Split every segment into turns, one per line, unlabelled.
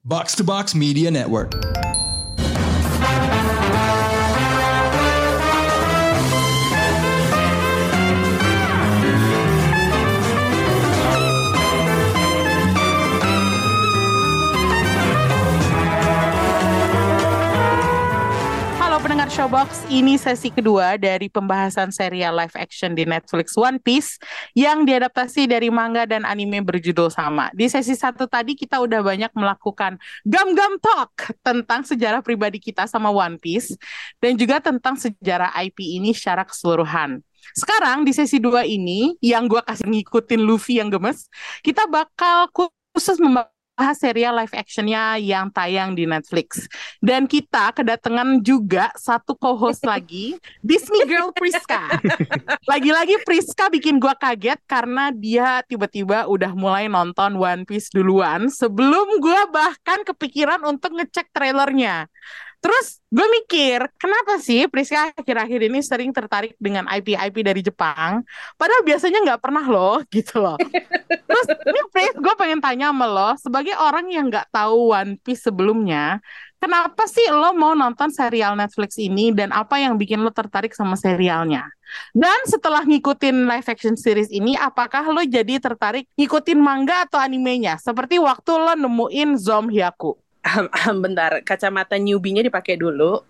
Box to Box Media Network.
Pendengar Showbox, ini sesi kedua dari pembahasan serial live action di Netflix One Piece yang diadaptasi dari manga dan anime berjudul sama. Di sesi satu tadi kita udah banyak melakukan gam-gam talk tentang sejarah pribadi kita sama One Piece dan juga tentang sejarah IP ini secara keseluruhan. Sekarang di sesi 2 ini yang gue kasih ngikutin Luffy yang gemes, kita bakal khusus membahas serial live actionnya yang tayang di Netflix. Dan kita kedatangan juga satu co-host lagi, Disney Girl Priska. Lagi-lagi Priska bikin gue kaget karena dia tiba-tiba udah mulai nonton One Piece duluan sebelum gue bahkan kepikiran untuk ngecek trailernya. Terus gue mikir, kenapa sih Priska akhir-akhir ini sering tertarik dengan IP-IP dari Jepang? Padahal biasanya nggak pernah loh, gitu loh. Terus ini Pris, gue pengen tanya sama lo, sebagai orang yang nggak tahu One Piece sebelumnya, kenapa sih lo mau nonton serial Netflix ini dan apa yang bikin lo tertarik sama serialnya? Dan setelah ngikutin live action series ini, apakah lo jadi tertarik ngikutin manga atau animenya? Seperti waktu lo nemuin Zom Hyaku.
Bentar, kacamata newbie-nya dipakai dulu.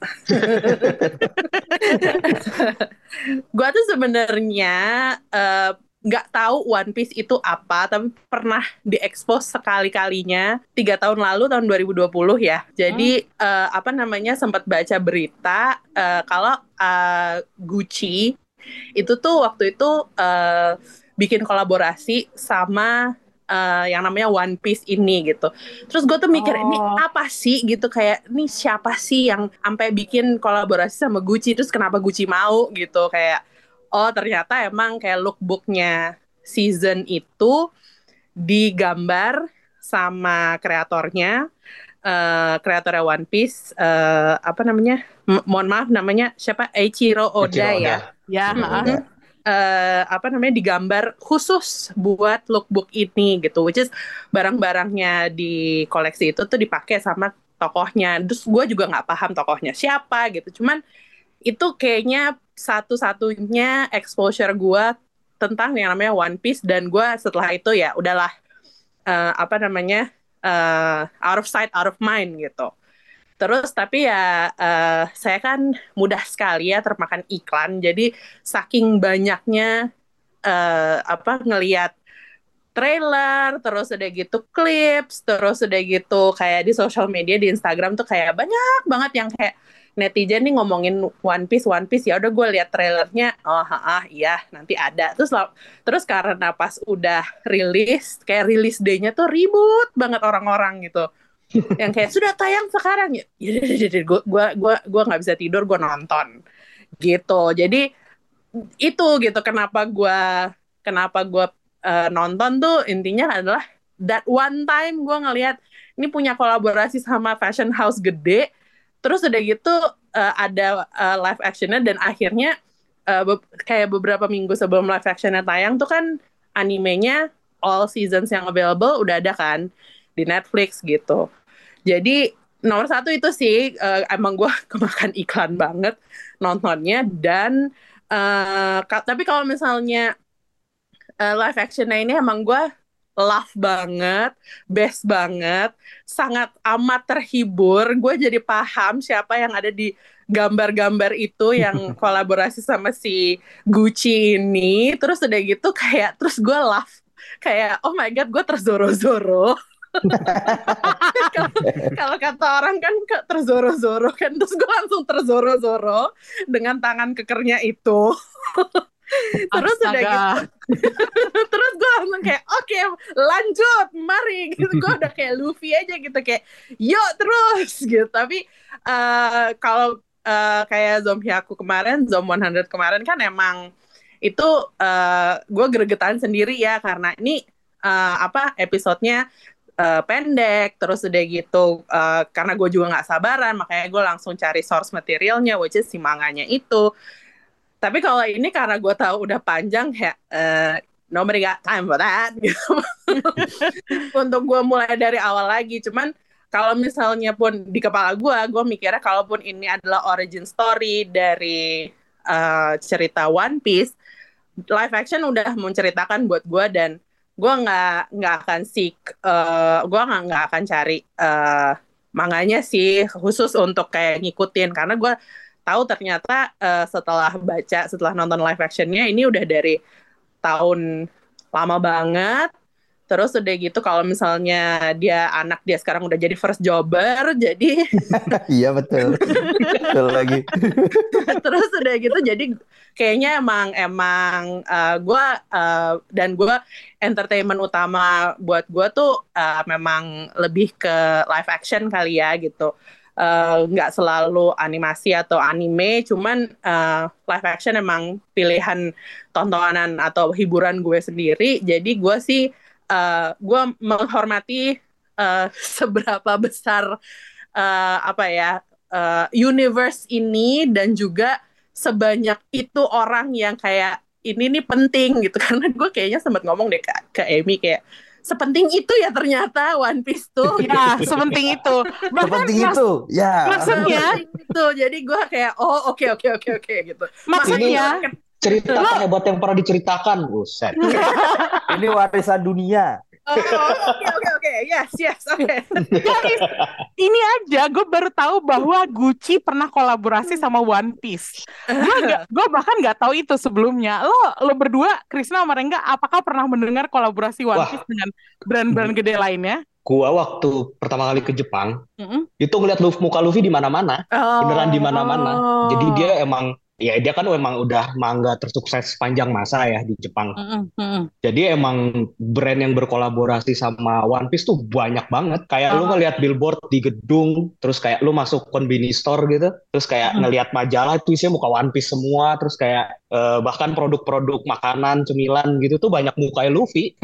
Gua tuh sebenarnya nggak tahu One Piece itu apa, tapi pernah diekspos sekali-kalinya 3 tahun lalu, tahun 2020 ya. Jadi sempat baca berita kalau Gucci itu tuh waktu itu bikin kolaborasi sama yang namanya One Piece ini gitu. Terus gue tuh mikir ini apa sih gitu, kayak ini siapa sih yang sampai bikin kolaborasi sama Gucci, terus kenapa Gucci mau gitu, kayak ternyata emang kayak lookbooknya season itu digambar sama kreatornya One Piece, mohon maaf namanya siapa, Eiichiro Oda ya. Digambar khusus buat lookbook ini gitu, which is barang-barangnya di koleksi itu tuh dipakai sama tokohnya. Terus gue juga nggak paham tokohnya siapa gitu, cuman itu kayaknya satu-satunya exposure gue tentang yang namanya One Piece, dan gue setelah itu ya udahlah out of sight out of mind gitu. Terus tapi ya saya kan mudah sekali ya termakan iklan. Jadi saking banyaknya ngelihat trailer, terus udah gitu clips, terus udah gitu kayak di social media, di Instagram tuh kayak banyak banget yang kayak netizen nih ngomongin One Piece. Ya udah gue lihat trailernya, iya nanti ada. Terus karena pas udah rilis, kayak rilis day-nya tuh ribut banget orang-orang gitu. Yang kayak sudah tayang sekarang ya, gue nggak bisa tidur, gue nonton gitu. Jadi itu gitu kenapa gue nonton tuh intinya adalah that one time gue ngelihat ini punya kolaborasi sama fashion house gede, terus udah gitu ada live actionnya, dan akhirnya kayak beberapa minggu sebelum live actionnya tayang tuh kan animenya all seasons yang available udah ada kan di Netflix gitu. Jadi nomor satu itu sih emang gue kemakan iklan banget nontonnya. Dan tapi kalau misalnya live actionnya ini emang gue love banget, best banget, sangat amat terhibur. Gue jadi paham siapa yang ada di gambar-gambar itu yang kolaborasi sama si Gucci ini. Terus udah gitu kayak, terus gue love kayak oh my god, gue terzoro-zoro. Kalau kata orang kan terzoro-zoro kan, terus gue langsung terzoro-zoro dengan tangan kekernya itu. Terus udah gitu terus gue langsung kayak oke, lanjut, mari gitu. Gue udah kayak Luffy aja gitu, kayak yuk terus gitu. Tapi kalau kayak Zom Hyaku kemarin, Zom 100 kemarin kan emang itu gue gregetan sendiri ya, karena ini episodenya pendek. Terus udah gitu karena gue juga nggak sabaran, makanya gue langsung cari source materialnya, which is si manganya itu. Tapi kalau ini karena gue tahu udah panjang ya, nobody got time for that gitu. Untuk gue mulai dari awal lagi. Cuman kalau misalnya pun di kepala gue mikirnya kalaupun ini adalah origin story dari cerita One Piece, live action udah menceritakan buat gue, dan gue nggak akan gue nggak akan cari manganya sih khusus untuk kayak ngikutin, karena gue tahu ternyata setelah nonton live actionnya ini udah dari tahun lama banget. Terus udah gitu kalau misalnya anak dia sekarang udah jadi first jobber, jadi
Iya betul. Betul lagi.
terus udah gitu jadi kayaknya emang gue dan gue entertainment utama buat gue tuh memang lebih ke live action kali ya gitu. Nggak selalu animasi atau anime, cuman live action emang pilihan tontonan atau hiburan gue sendiri. Jadi gue sih gue menghormati seberapa besar universe ini, dan juga sebanyak itu orang yang kayak ini nih penting gitu. Karena gue kayaknya sempat ngomong deh ke Amy kayak sepenting itu ya ternyata One Piece tuh.
Ya, sepenting itu.
Sepenting itu. Ya.
Maksudnya
gitu. Jadi gue kayak oke gitu.
Maksudnya
cerita terhebat yang pernah diceritakan, buset.
Ini warisan dunia.
Oke. Yes, oke.
guys, ini aja gue baru tahu bahwa Gucci pernah kolaborasi sama One Piece. Gue bahkan nggak tahu itu sebelumnya. Lo berdua, Krisna sama Rengga, apakah pernah mendengar kolaborasi One Piece dengan brand-brand gede lainnya?
Gua waktu pertama kali ke Jepang, itu ngeliat muka Luffy di mana-mana, beneran di mana-mana. Jadi dia dia kan emang udah manga tersukses sepanjang masa ya di Jepang. Jadi emang brand yang berkolaborasi sama One Piece tuh banyak banget. Kayak lu ngeliat billboard di gedung, terus kayak lu masuk convenience store gitu, terus kayak ngeliat majalah itu isinya muka One Piece semua, terus kayak bahkan produk-produk makanan, cemilan gitu tuh banyak muka Luffy.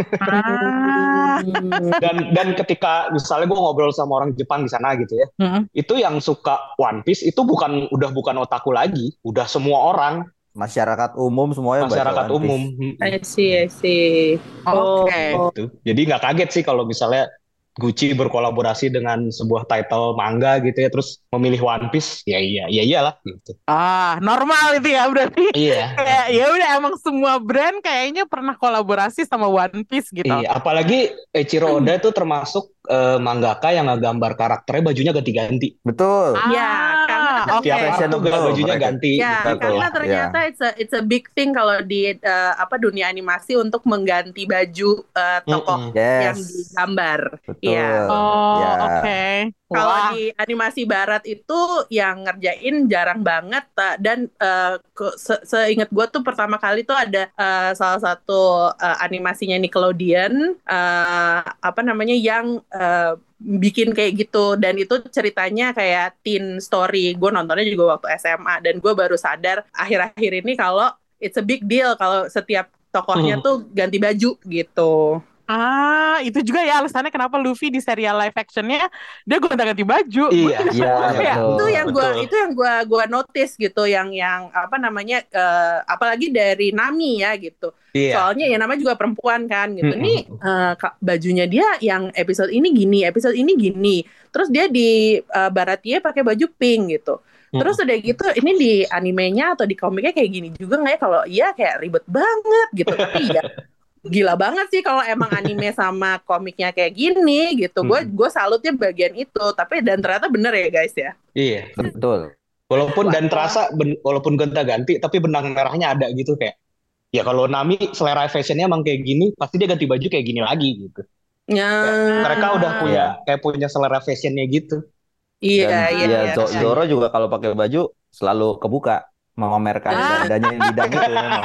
Dan ketika misalnya gue ngobrol sama orang Jepang di sana gitu ya, itu yang suka One Piece itu udah bukan otaku lagi, udah semua orang,
masyarakat umum semuanya
masyarakat
baca One
umum.
I see.
Oke.
Gitu. Jadi nggak kaget sih kalau misalnya Gucci berkolaborasi dengan sebuah title manga gitu ya, terus memilih One Piece, ya iyalah gitu.
Normal itu ya berarti.
Iya.
Kayak ya udah emang semua brand kayaknya pernah kolaborasi sama One Piece gitu.
Iya, apalagi Eiichiro Oda itu termasuk mangaka yang ngegambar karakternya bajunya ganti-ganti.
Betul.
Ya, karena
Tiap
Oke.
part tuh bajunya
mereka.
ganti.
ya,
Betul.
karena ternyata it's a big thing kalau di dunia animasi untuk mengganti baju tokoh yang
Yes.
digambar.
Betul.
Iya.
Ya.
Oke.
Kalau
Wah.
di animasi barat itu yang ngerjain jarang banget, dan seingat gue tuh pertama kali tuh ada salah satu animasinya Nickelodeon yang bikin kayak gitu, dan itu ceritanya kayak teen story. Gue nontonnya juga waktu SMA, dan gue baru sadar akhir-akhir ini kalau it's a big deal kalau setiap tokohnya tuh ganti baju gitu.
Itu juga ya alasannya kenapa Luffy di serial live actionnya dia gonta-ganti baju.
Iya,
Iya, betul.
Itu yang gue notice gitu, yang apalagi dari Nami ya gitu.
Iya.
Soalnya ya namanya juga perempuan kan gitu. Nih bajunya dia yang episode ini gini, episode ini gini. Terus dia di Baratie pakai baju pink gitu. Terus udah gitu ini di animenya atau di komiknya kayak gini juga nggak ya? Kalau iya kayak ribet banget gitu. Tapi ya gila banget sih kalau emang anime sama komiknya kayak gini gitu. Gue salutnya bagian itu. Tapi dan ternyata bener ya guys ya.
Iya.
Betul.
Walaupun dan terasa walaupun gonta-ganti tapi benang merahnya ada gitu kayak. Ya kalau Nami selera fashionnya emang kayak gini, pasti dia ganti baju kayak gini lagi gitu. Mereka udah punya selera fashionnya gitu.
Iya.
Zoro juga kalau pakai baju selalu kebuka, memamerkan dadanya yang bidang itu memang.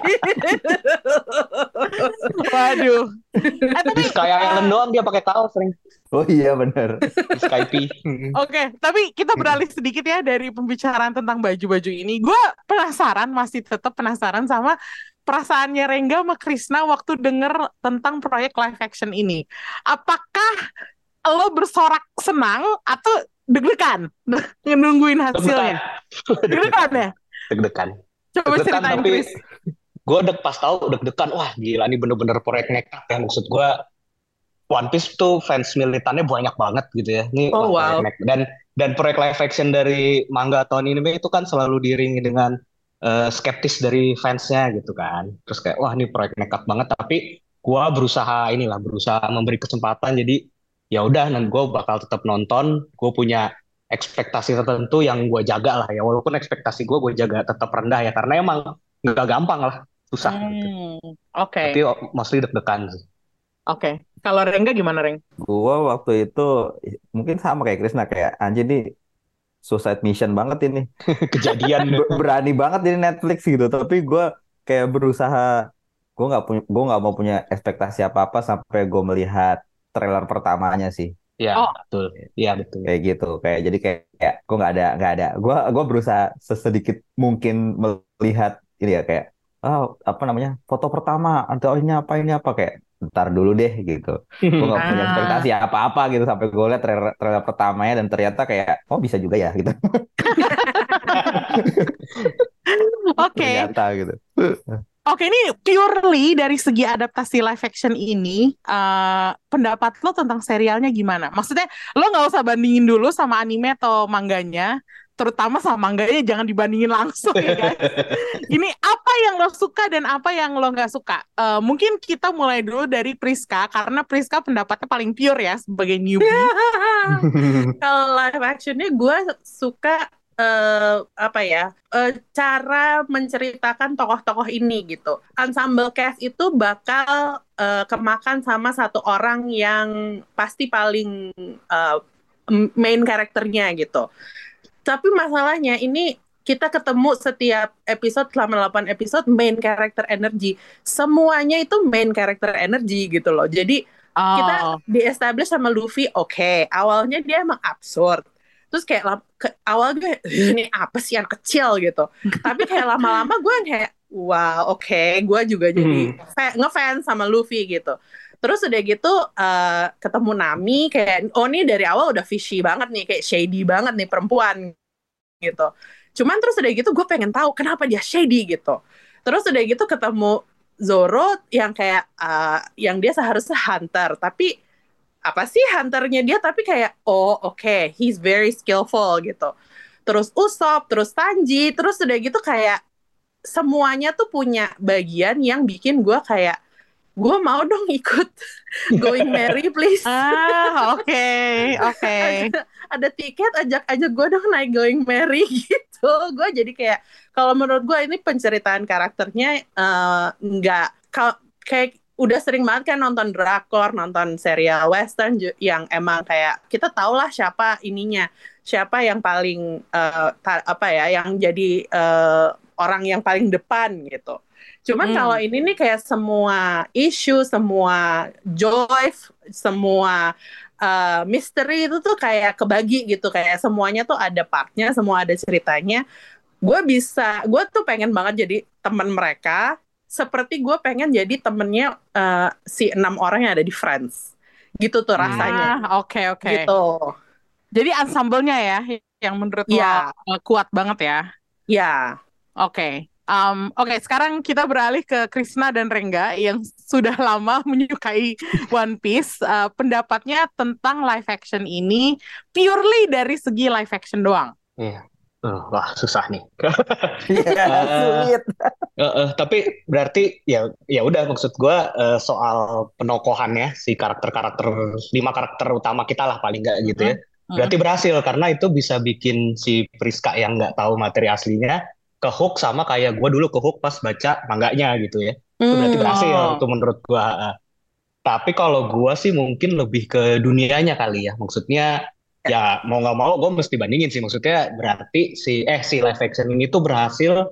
Waduh.
Di Sky Island doang dia pakai kaos sering.
Oh iya benar.
Di Skype.
Oke, tapi kita beralih sedikit ya dari pembicaraan tentang baju-baju ini. Gue masih tetap penasaran sama perasaannya Rengga sama Krisna waktu denger tentang proyek live action ini. Apakah lo bersorak senang atau deg-degan nungguin hasilnya? Deg-degan ya?
Deg-degan.
Coba ceritain,
tapi
Kris.
gue pas tahu deg-degan, wah gila nih bener-bener proyek nekat ya, maksud gue One Piece tuh fans militannya banyak banget gitu ya. Ini
Oh wow.
dan proyek live action dari manga atau anime itu kan selalu diiringi dengan skeptis dari fansnya gitu kan. Terus kayak wah ini proyek nekat banget, tapi gua berusaha memberi kesempatan. Jadi ya udah, dan gue bakal tetap nonton. Gue punya ekspektasi tertentu yang gue jaga lah ya, walaupun ekspektasi gue jaga tetap rendah ya, karena emang nggak gampang lah, susah gitu.
Oke.
Tapi mostly deg-degan sih.
Oke. Kalau Rengga gimana, Reng?
Gua waktu itu mungkin sama kayak Krisna, kayak anjir nih suicide mission banget ini.
Kejadian.
Berani banget di Netflix gitu, tapi gue kayak berusaha, gue nggak mau punya ekspektasi apa-apa sampai gue melihat trailer pertamanya sih.
Ya, betul. Iya, betul.
Kayak gitu, jadi kayak gue nggak ada. Gue berusaha sesedikit mungkin melihat ini ya, kayak apa namanya, foto pertama atau ini apa kayak ntar dulu deh gitu. Gue nggak punya ekspektasi apa-apa gitu sampai gue lihat trailer pertamanya, dan ternyata kayak bisa juga ya gitu.
Oke.
Ternyata gitu.
Oke, ini purely dari segi adaptasi live action ini, pendapat lo tentang serialnya gimana? Maksudnya lo nggak usah bandingin dulu sama anime atau mangganya, terutama sama mangganya jangan dibandingin langsung ya guys. Ini apa yang lo suka dan apa yang lo nggak suka? Mungkin kita mulai dulu dari Priska, karena Priska pendapatnya paling pure ya sebagai newbie.
Kalau live actionnya gue suka cara menceritakan tokoh-tokoh ini gitu. Ensemble cast itu bakal kemakan sama satu orang yang pasti paling main karakternya gitu. Tapi masalahnya ini kita ketemu setiap episode selama 8 episode main character energy. Semuanya itu main character energy gitu loh. Jadi kita di-establish sama Luffy, oke, awalnya dia emang absurd. Terus kayak awalnya ini apa sih yang kecil gitu. Tapi kayak lama-lama gue kayak wow, oke, gue juga jadi ngefans sama Luffy gitu. Terus udah gitu ketemu Nami, kayak ini dari awal udah fishy banget nih, kayak shady banget nih perempuan gitu. Cuman terus udah gitu gue pengen tahu kenapa dia shady gitu. Terus udah gitu ketemu Zoro yang kayak yang dia seharusnya hunter, tapi apa sih hunternya dia, tapi kayak oke, he's very skillful gitu. Terus Usopp, terus Sanji, terus udah gitu kayak semuanya tuh punya bagian yang bikin gue kayak gue mau dong ikut Going Merry please.
Oke.
Ada tiket, ajak gue dong naik Going Merry gitu. Gue jadi kayak, kalau menurut gue ini penceritaan karakternya nggak kayak udah sering banget kan nonton drakor, nonton serial western yang emang kayak kita tau lah siapa yang paling yang jadi orang yang paling depan gitu. Cuman kalau ini nih kayak semua isu, semua joy, semua misteri itu tuh kayak kebagi gitu, kayak semuanya tuh ada partnya, semua ada ceritanya. Gue tuh pengen banget jadi teman mereka, seperti gue pengen jadi temennya si 6 orang yang ada di Friends. Gitu tuh rasanya.
Oke.
Gitu.
Jadi ensemble-nya ya yang menurut lo kuat banget ya?
Iya.
Oke. Oke, sekarang kita beralih ke Krisna dan Rengga yang sudah lama menyukai One Piece. Pendapatnya tentang live action ini purely dari segi live action doang.
Iya. Wah, susah nih.
Sulit.
Tapi berarti ya udah, maksud gue soal penokohannya si karakter-karakter 5 karakter utama kita lah paling nggak gitu ya. Berarti berhasil, karena itu bisa bikin si Priska yang nggak tahu materi aslinya ke hook, sama kayak gue dulu ke hook pas baca mangganya gitu ya. Itu berarti berhasil tuh menurut gue. Tapi kalau gue sih mungkin lebih ke dunianya kali ya. Maksudnya ya mau nggak mau gue mesti bandingin sih. Maksudnya berarti si live action ini tuh berhasil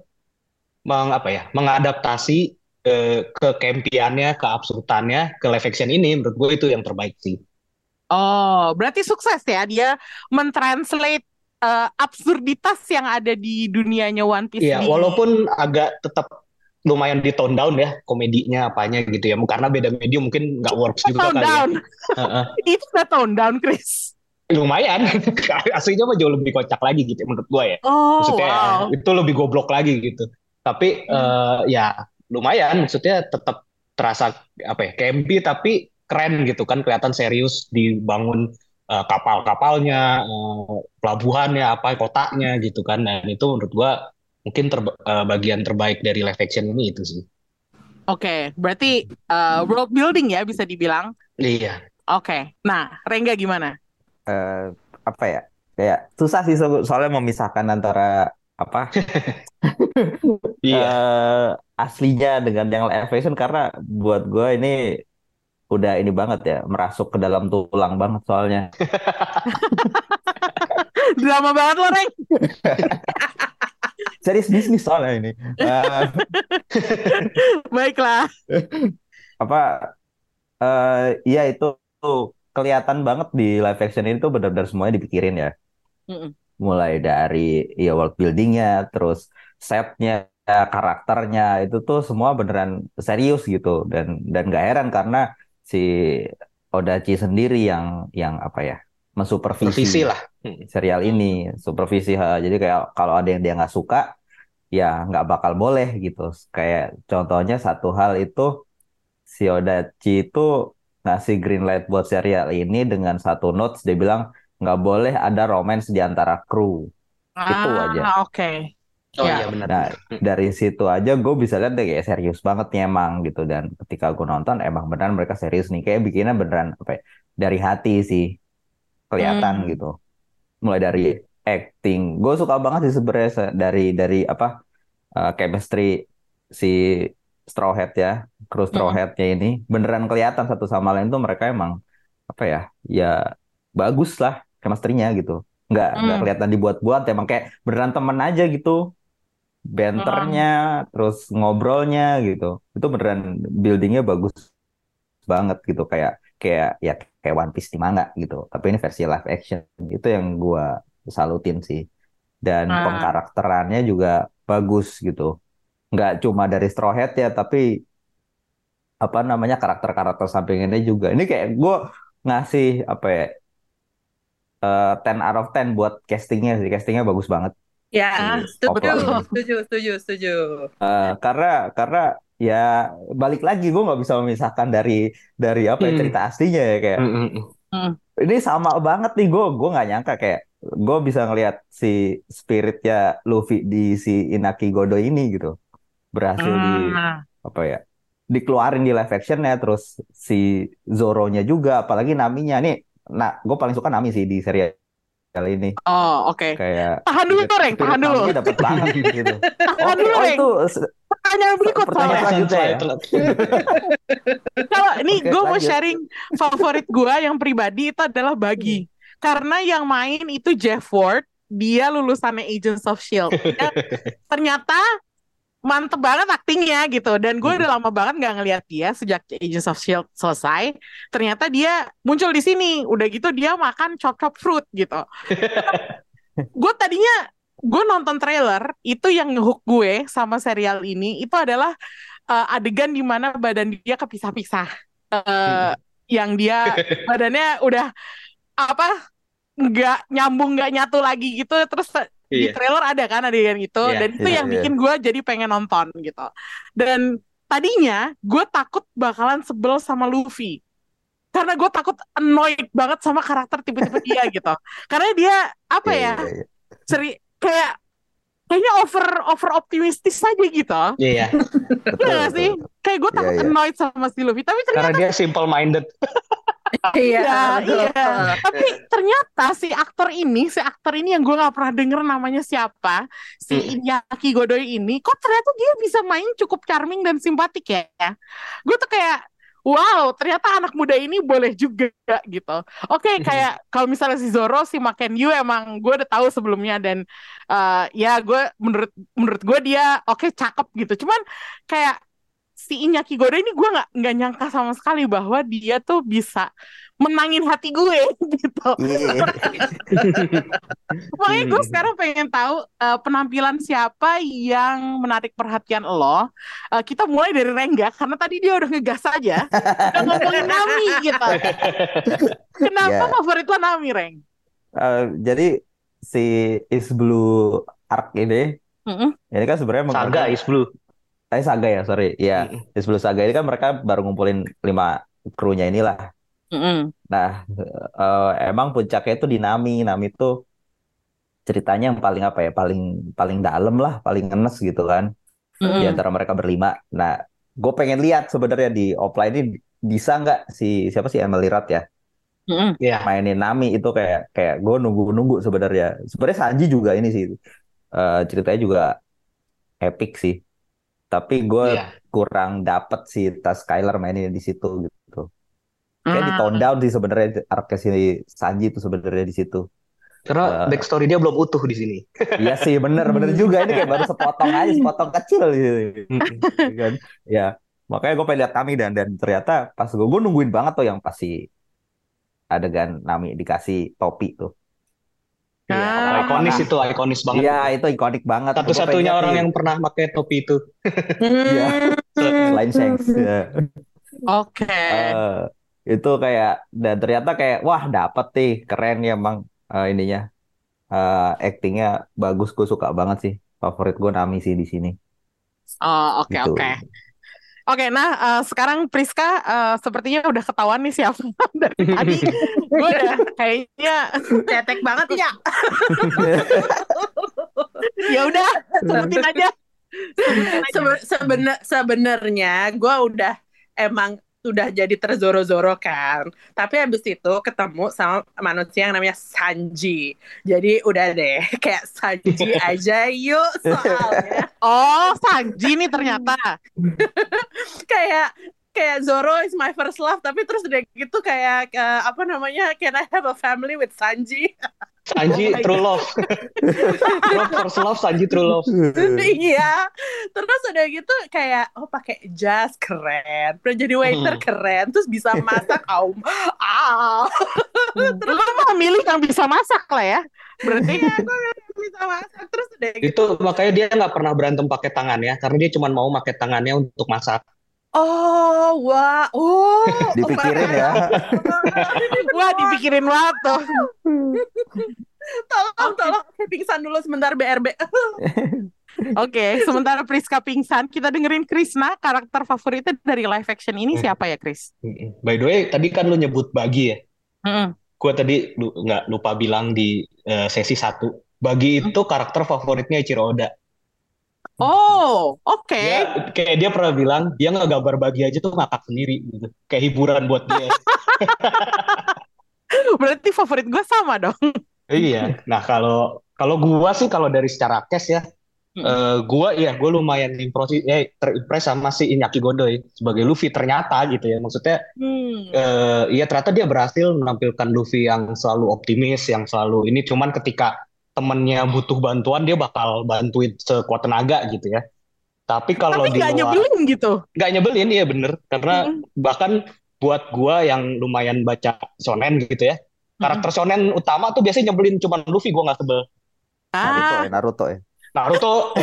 mengadaptasi ke kempiannya, ke absurdannya, ke live action ini. Menurut gue itu yang terbaik sih.
Berarti sukses ya dia mentranslate absurditas yang ada di dunianya One Piece.
Iya, walaupun agak tetap lumayan di tone down ya komedinya apanya gitu ya. Karena beda medium mungkin nggak works juga kali ya.
Itu udah tone down, Chris.
Lumayan, aslinya mah jauh lebih kocak lagi gitu menurut gue ya. Maksudnya itu lebih goblok lagi gitu. Tapi ya lumayan, maksudnya tetap terasa campy, tapi keren gitu kan, kelihatan serius dibangun kapal-kapalnya, pelabuhannya, apa kotanya gitu kan. Dan itu menurut gua mungkin bagian terbaik dari live action ini itu sih.
Oke, berarti world building ya bisa dibilang.
Iya.
Oke, nah Rengga gimana?
Apa ya? Kayak susah sih soalnya memisahkan antara apa
Iya.
aslinya dengan yang live action, karena buat gue ini udah ini banget ya, merasuk ke dalam tulang banget soalnya.
Drama banget lo, Reng.
Serius bisnis soalnya ini.
Baiklah.
Apa ya itu kelihatan banget di live action ini tuh benar-benar semuanya dipikirin ya. Mulai dari ya world buildingnya, terus setnya, karakternya itu tuh semua beneran serius gitu, dan gak heran karena si Odachi sendiri yang apa ya, mensupervisi
lah
serial ini, supervisi. Jadi kayak kalau ada yang dia nggak suka ya nggak bakal boleh gitu. Kayak contohnya satu hal itu, si Odachi itu ngasih green light buat serial ini dengan satu notes, dia bilang nggak boleh ada romance di antara kru. Itu aja.
Oke.
Oh iya benar.
Nah, dari situ aja gue bisa lihat deh kayak serius banget nih emang gitu. Dan ketika gue nonton emang beneran mereka serius nih, kayak bikinnya beneran apa ya, dari hati sih, kelihatan gitu. Mulai dari acting, gue suka banget sih sebenarnya dari apa, chemistry si Straw Hat ya, kru Straw Hat-nya ini beneran kelihatan satu sama lain tuh, mereka emang apa ya, ya bagus lah chemistry-nya gitu. Nggak kelihatan dibuat-buat, emang kayak beneran temen aja gitu. Banternya, terus ngobrolnya gitu. Itu beneran buildingnya bagus banget gitu, kayak One Piece di manga gitu. Tapi ini versi live action. Itu yang gua salutin sih. Dan pengkarakterannya juga bagus gitu. Nggak cuma dari Straw Hat ya, tapi apa namanya, karakter-karakter sampingannya juga. Ini kayak gue ngasih apa ya, 10 out of 10 buat castingnya sih. Castingnya bagus banget.
Ya, setuju.
Karena ya balik lagi, gue nggak bisa memisahkan dari apa ya, cerita aslinya ya, kayak ini sama banget nih. Gue nggak nyangka kayak gue bisa ngelihat si spiritnya Luffy di si Inaki Godo ini gitu, berhasil apa ya, dikeluarin di live actionnya. Terus si Zoro-nya juga, apalagi Naminya nih. Nah, gue paling suka Nami sih di serial ini.
Oh, oke.
Kayak
tahan dulu, Reng, tahan dulu.
Dapat banget gitu.
Tahan dulu, Reng.
Itu
pertanyaan berikut
pertanyaan selanjutnya ya.
Kalau ini gue mau sharing favorit gue yang pribadi itu adalah Buggy. Karena yang main itu Jeff Ward, dia lulusannya Agents of S.H.I.E.L.D. Dia ternyata mantep banget aktingnya gitu. Dan gue udah lama banget gak ngeliat dia sejak Agents of S.H.I.E.L.D. selesai. Ternyata dia muncul di sini. Udah gitu dia makan chop-chop fruit gitu. Gue tadinya, gue nonton trailer, itu yang ngehook gue sama serial ini, itu adalah adegan di mana badan dia kepisah-pisah. Yang dia badannya udah apa, nggak nyambung, nggak nyatu lagi gitu. Terus di trailer ada kan adegan gitu, dan itu yang bikin gue jadi pengen nonton gitu. Dan tadinya gue takut bakalan sebel sama Luffy, karena gue takut annoyed banget sama karakter tipe-tipe dia gitu. Karena dia apa ya, kayaknya over optimistis saja gitu.
Iya.
Iya sih? Kayak gue takut annoyed sama si Luffy, tapi ternyata
karena dia simple minded.
Iya. Tapi ternyata si aktor ini yang gue nggak pernah denger namanya siapa, si Iñaki Godoy ini, kok ternyata dia bisa main cukup charming dan simpatik ya. Gue tuh kayak, wow, ternyata anak muda ini boleh juga gitu. Oke, kayak kalau misalnya si Zoro, si Maken Yu emang gue udah tahu sebelumnya, dan ya gue menurut gue dia oke, cakep gitu. Cuman kayak si Iñaki Godoy ini gue nggak nyangka sama sekali bahwa dia tuh bisa menangin hati gue gitu. Makanya gue sekarang pengen tahu penampilan siapa yang menarik perhatian lo. Kita mulai dari Rengga, karena tadi dia udah ngegas aja, udah ngomongin Nami gitu. Kenapa favorit lo Nami, Reng?
Jadi si Is Blue Arc ini kan sebenarnya
Saga Is Blue.
Saga ya, sorry. Ya, Is Blue Saga ini kan mereka baru ngumpulin 5 krunya inilah. Nah, emang puncaknya itu di Nami. Nami itu ceritanya yang paling apa ya, paling paling dalam lah, paling ngenes gitu kan, di antara mereka berlima. Nah, gue pengen lihat sebenarnya di offline ini bisa nggak siapa sih, Emily Rath ya, mainin Nami itu, kayak kayak gue nunggu sebenarnya. Sebenarnya Sanji juga ini sih, ceritanya juga epic sih. Tapi gue kurang dapet sih tas Skylar mainin di situ gitu. Kayak di tone down sih sebenarnya arc-nya si Sanji itu sebenarnya di situ.
Karena backstory dia belum utuh di sini.
Iya sih, bener juga, ini kayak baru sepotong aja, sepotong kecil gitu. Kan? Ya, makanya gue pengen lihat Nami, dan ternyata pas gue nungguin banget tuh yang pasti adegan Nami dikasih topi tuh.
Ikonis itu, ikonis banget.
Iya, itu ikonik banget.
Satu-satunya orang yang pernah pakai topi itu.
Iya, selain Shanks. Ya.
Oke.
Itu kayak, dan ternyata kayak wah dapet nih, keren ya emang ininya, actingnya bagus, gue suka banget sih. Favorit gue Nami sih di sini.
Oh, oke,
Gitu.
oke. Oke, nah sekarang Priska sepertinya udah ketahuan nih siapa dari tadi. Gue udah kayaknya
tetek banget ya.
Ya udah, sebutin aja.
Sebenarnya gue udah emang udah jadi terzoro-zoro kan. Tapi habis itu ketemu sama manusia yang namanya Sanji. Jadi udah deh, kayak Sanji aja yuk soalnya.
Oh, Sanji nih ternyata.
kayak Zoro is my first love, tapi terus udah gitu kayak apa namanya, can I have a family with Sanji?
Sanji true love. Love first love, Sanji true love.
Iya. Terus udah gitu kayak pakai jas keren, pernah jadi waiter keren, terus bisa masak
Terus lo mah milih yang bisa masak lah ya. Berarti
gue bisa masak. Terus udah gitu.
Itu makanya dia nggak pernah berantem pakai tangannya, karena dia cuma mau pakai tangannya untuk masak.
Oh, wah,
dipikirin ya.
Wah, dipikirin banget tuh.
Tolong, pingsan dulu sebentar BRB.
Oke, sementara Priska pingsan, kita dengerin Krishna, karakter favoritnya dari live action ini siapa ya, Kris?
By the way, tadi kan lu nyebut Bagi ya. Gue tadi nggak lupa bilang di sesi 1. Bagi itu karakter favoritnya Eiichiro Oda.
Oh, oke.
Kayak dia pernah bilang, dia ngegambar Bagi aja tuh ngakak sendiri gitu. Kayak hiburan buat dia.
Berarti favorit gue sama dong.
Iya. Nah, kalau gue sih, kalau dari secara cast ya, gue lumayan terimpress sama si Iñaki Godoy sebagai Luffy ternyata gitu ya. Maksudnya, ya ternyata dia berhasil menampilkan Luffy yang selalu optimis, yang selalu ini, cuman ketika temennya butuh bantuan dia bakal bantuin sekuat tenaga gitu ya. Tapi kalau di luar,
nyebelin gitu.
Nggak nyebelin, ya bener. Karena bahkan buat gua yang lumayan baca shonen gitu ya, karakter shonen utama tuh biasanya nyebelin, cuman Luffy gua nggak sebel.
Naruto ya.
Naruto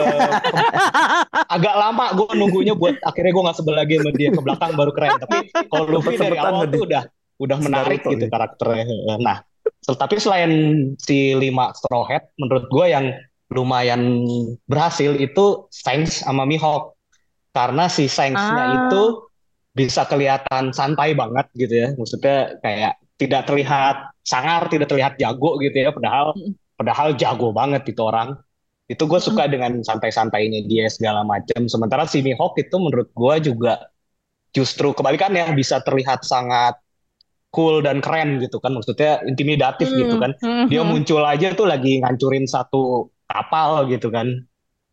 agak lama gue nunggunya buat akhirnya gue nggak sebel lagi sama dia, ke belakang baru keren. Tapi kalau Luffy dari awal tuh udah menarik gitu karakternya. Nah, tapi selain si 5 Straw Hat, menurut gue yang lumayan berhasil itu Shanks sama Mihawk. Karena si Shanks-nya itu bisa kelihatan santai banget gitu ya. Maksudnya kayak tidak terlihat sangar, tidak terlihat jago gitu ya. Padahal jago banget itu orang. Itu gue suka dengan santai-santainya dia segala macam. Sementara si Mihawk itu menurut gue juga justru kebalikannya, bisa terlihat sangat cool dan keren gitu kan, maksudnya intimidatif gitu kan. Dia muncul aja tuh lagi ngancurin satu kapal gitu kan.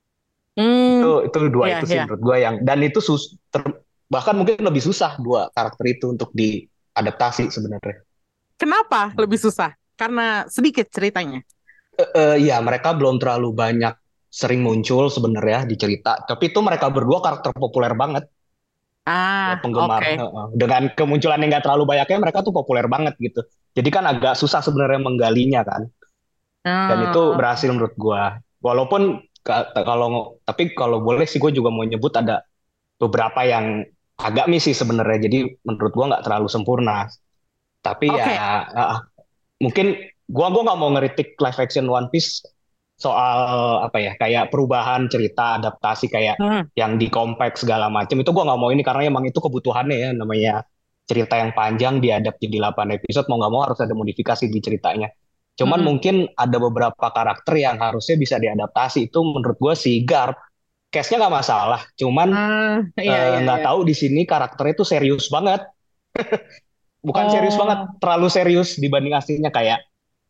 Itu dua itu sih menurut gue yang, dan itu bahkan mungkin lebih susah dua karakter itu untuk diadaptasi sebenarnya.
Kenapa lebih susah? Karena sedikit ceritanya.
Ya mereka belum terlalu banyak sering muncul sebenarnya di cerita, tapi itu mereka berdua karakter populer banget. Penggemar. Dengan kemunculan yang nggak terlalu banyaknya, mereka tuh populer banget gitu. Jadi kan agak susah sebenarnya menggalinya kan. Dan itu berhasil menurut gua. Walaupun tapi kalau boleh sih gue juga mau nyebut ada beberapa yang agak miss sih sebenarnya. Jadi menurut gua nggak terlalu sempurna. Tapi mungkin gua nggak mau ngeritik live action One Piece soal apa ya, kayak perubahan cerita, adaptasi kayak yang di compact segala macam, itu gue nggak mau ini, karena emang itu kebutuhannya ya, namanya cerita yang panjang diadap jadi 8 episode, mau nggak mau harus ada modifikasi di ceritanya. Cuman mungkin ada beberapa karakter yang harusnya bisa diadaptasi. Itu menurut gue si Garp. Case-nya nggak masalah, cuman nggak tahu di sini karakternya tuh serius banget. Bukan serius banget, terlalu serius dibanding aslinya, kayak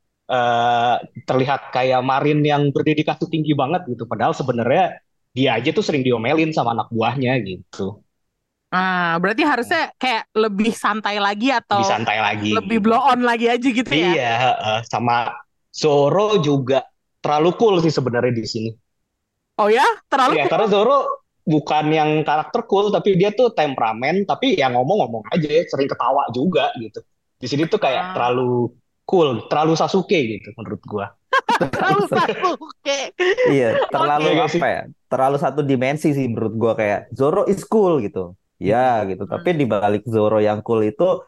terlihat kayak Marin yang berdedikasi tinggi banget gitu. Padahal sebenarnya dia aja tuh sering diomelin sama anak buahnya gitu.
Berarti harusnya kayak lebih santai lagi atau
lebih santai lagi,
lebih blow on lagi aja gitu ya?
Iya, sama Zoro juga terlalu cool sih sebenarnya di sini.
Oh ya, terlalu cool?
Karena Zoro bukan yang karakter cool, tapi dia tuh temperamen, tapi ya ngomong-ngomong aja, sering ketawa juga gitu. Di sini tuh kayak terlalu cool, terlalu Sasuke gitu menurut gua.
Terlalu Sasuke.
Iya, terlalu apa ya? Terlalu satu dimensi sih menurut gua, kayak Zoro is cool gitu. Ya gitu, tapi di balik Zoro yang cool itu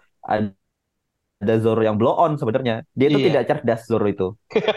ada Zoro yang blow on sebenarnya. Dia itu tidak cerdas, Zoro itu.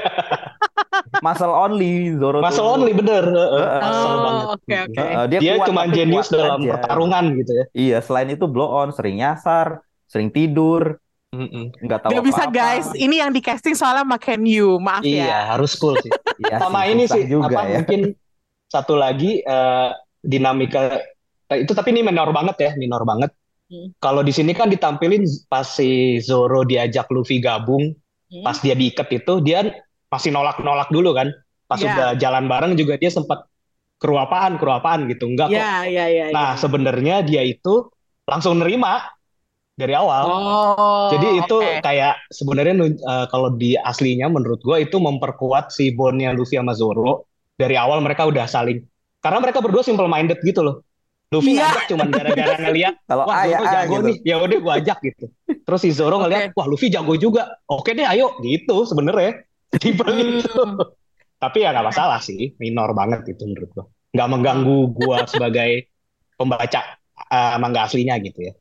Muscle only Zoro.
Muscle only, bener. Muscle banget. Dia kuat, cuma jenius dalam aja. Pertarungan gitu ya.
Iya, selain itu blow on, sering nyasar, sering tidur. Nggak tahu
apa-apa. Bisa guys, ini yang di casting soalnya makan you, maaf ya.
Iya, harus cool sih. Sama ini sih, juga, ya. Mungkin satu lagi dinamika itu, tapi ini minor banget. Kalau di sini kan ditampilin pas si Zoro diajak Luffy gabung, pas dia diikat itu dia masih nolak dulu kan. Pas udah jalan bareng juga dia sempat keruapaan gitu, enggak kok. Nah, sebenarnya dia itu langsung nerima dari awal. Jadi itu kayak sebenarnya kalau di aslinya menurut gue itu memperkuat si bondnya Luffy sama Zoro. Dari awal mereka udah saling, karena mereka berdua simple minded gitu loh. Luffy ngajak cuman gara-gara ngeliat, wah Zoro jago gitu nih, ya udah gue ajak gitu. Terus si Zoro ngeliat, wah Luffy jago juga, oke deh ayo gitu sebenarnya. Tipe gitu. Tapi ya nggak masalah sih, minor banget itu menurut gue. Nggak mengganggu gue sebagai pembaca manga aslinya gitu ya.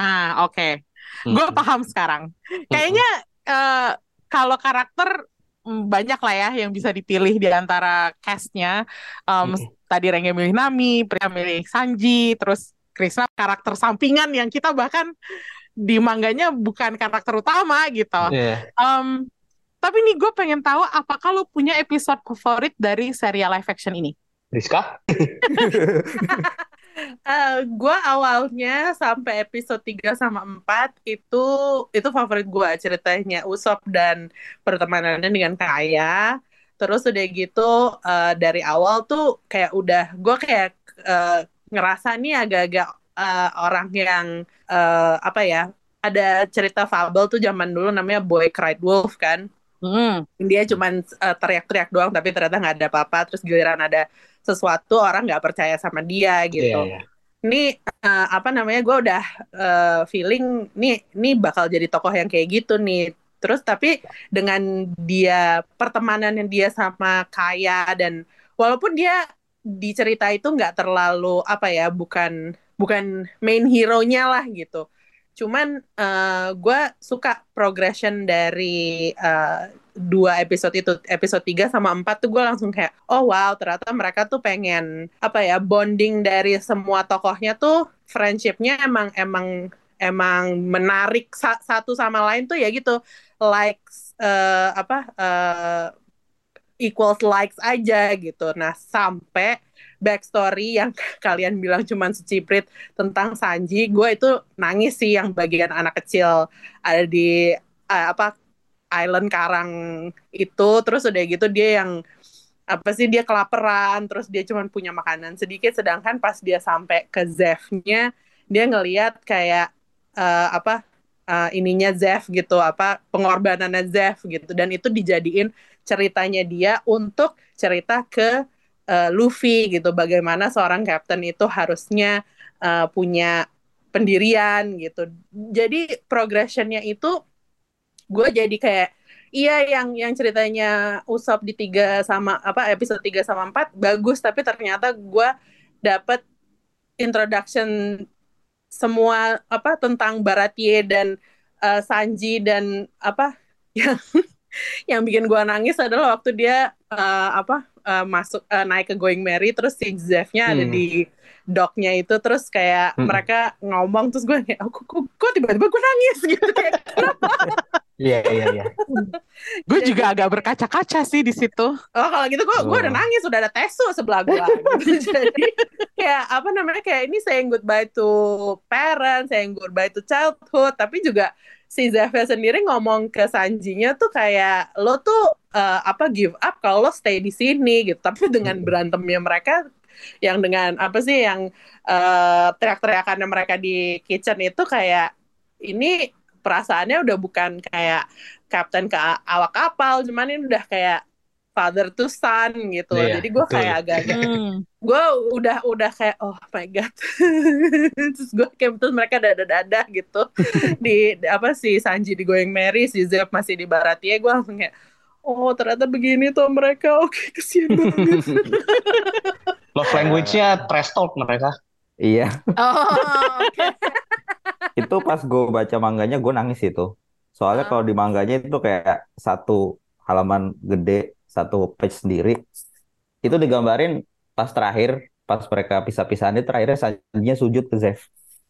Gue paham sekarang. Kayaknya kalau karakter banyak lah ya yang bisa dipilih di antara cast-nya. Tadi Rengge milih Nami, Priya milih Sanji, terus Krishna karakter sampingan yang kita bahkan di mangganya bukan karakter utama gitu. Tapi nih gue pengen tahu, apakah lo punya episode favorit dari serial live action ini?
Rizka?
Gue awalnya sampai episode 3 sama 4 itu favorit gue, ceritanya Usopp dan pertemanannya dengan Kaya. Terus udah gitu dari awal tuh kayak udah gue kayak ngerasa nih agak-agak orang yang apa ya, ada cerita fabel tuh zaman dulu namanya Boy Cried Wolf kan. Dia cuman teriak-teriak doang tapi ternyata nggak ada apa-apa, terus giliran ada sesuatu orang nggak percaya sama dia gitu. Ini apa namanya, gue udah feeling nih bakal jadi tokoh yang kayak gitu nih. Terus tapi dengan dia pertemanannya dia sama Kaya, dan walaupun dia di cerita itu nggak terlalu apa ya, bukan main hero-nya lah gitu. Cuman gue suka progression dari 2 episode itu, episode 3 sama 4 tuh gue langsung kayak, oh wow, ternyata mereka tuh pengen apa ya, bonding dari semua tokohnya tuh, friendship-nya emang menarik satu sama lain tuh ya gitu, likes equals likes aja gitu. Nah, sampai backstory yang kalian bilang cuman seciprit tentang Sanji, gue itu nangis sih yang bagian anak kecil ada di island karang itu. Terus udah gitu dia yang apa sih, dia kelaparan, terus dia cuman punya makanan sedikit, sedangkan pas dia sampai ke Zeff-nya dia ngelihat kayak ininya Zeff gitu, pengorbanannya Zeff gitu, dan itu dijadiin ceritanya dia untuk cerita ke Luffy gitu, bagaimana seorang captain itu harusnya punya pendirian gitu. Jadi progressionnya itu gue jadi kayak, iya yang ceritanya Usopp di episode 3 sama 4 bagus, tapi ternyata gue dapet introduction semua tentang Baratie dan Sanji, dan yang bikin gue nangis adalah waktu dia masuk naik ke Going Merry, terus si Zeff-nya ada dognya itu, terus kayak mereka ngomong, terus gue kayak kok tiba-tiba gue nangis gitu kayak kenapa?
Iya.
Gue juga agak berkaca-kaca sih di situ.
Oh kalau gitu gue udah nangis, udah ada Tesu sebelah gue gitu. Jadi kayak apa namanya, kayak ini saying goodbye to parents, saying goodbye to childhood, tapi juga si Zevia sendiri ngomong ke Sanjinya tuh kayak lo tuh give up kalau lo stay di sini gitu. Tapi dengan berantemnya mereka yang dengan apa sih yang teriak-teriakannya mereka di kitchen itu, kayak ini perasaannya udah bukan kayak kapten ke awak kapal, cuman ini udah kayak father to son gitu.
Iya,
jadi gue kayak agak-agak gue udah kayak oh my god. terus mereka dada gitu di apa si Sanji di Going Merry, si Zep masih di Baratie, gue langsung kayak oh ternyata begini tuh mereka. Oke, kesian banget.
Love language-nya trash talk mereka.
Iya.
Okay.
Itu pas gue baca manganya gue nangis itu. Soalnya kalau di manganya itu kayak satu halaman gede, satu page sendiri. Itu digambarin pas terakhir, pas mereka pisah-pisahan itu terakhirnya Sanjinya sujud ke Zeff.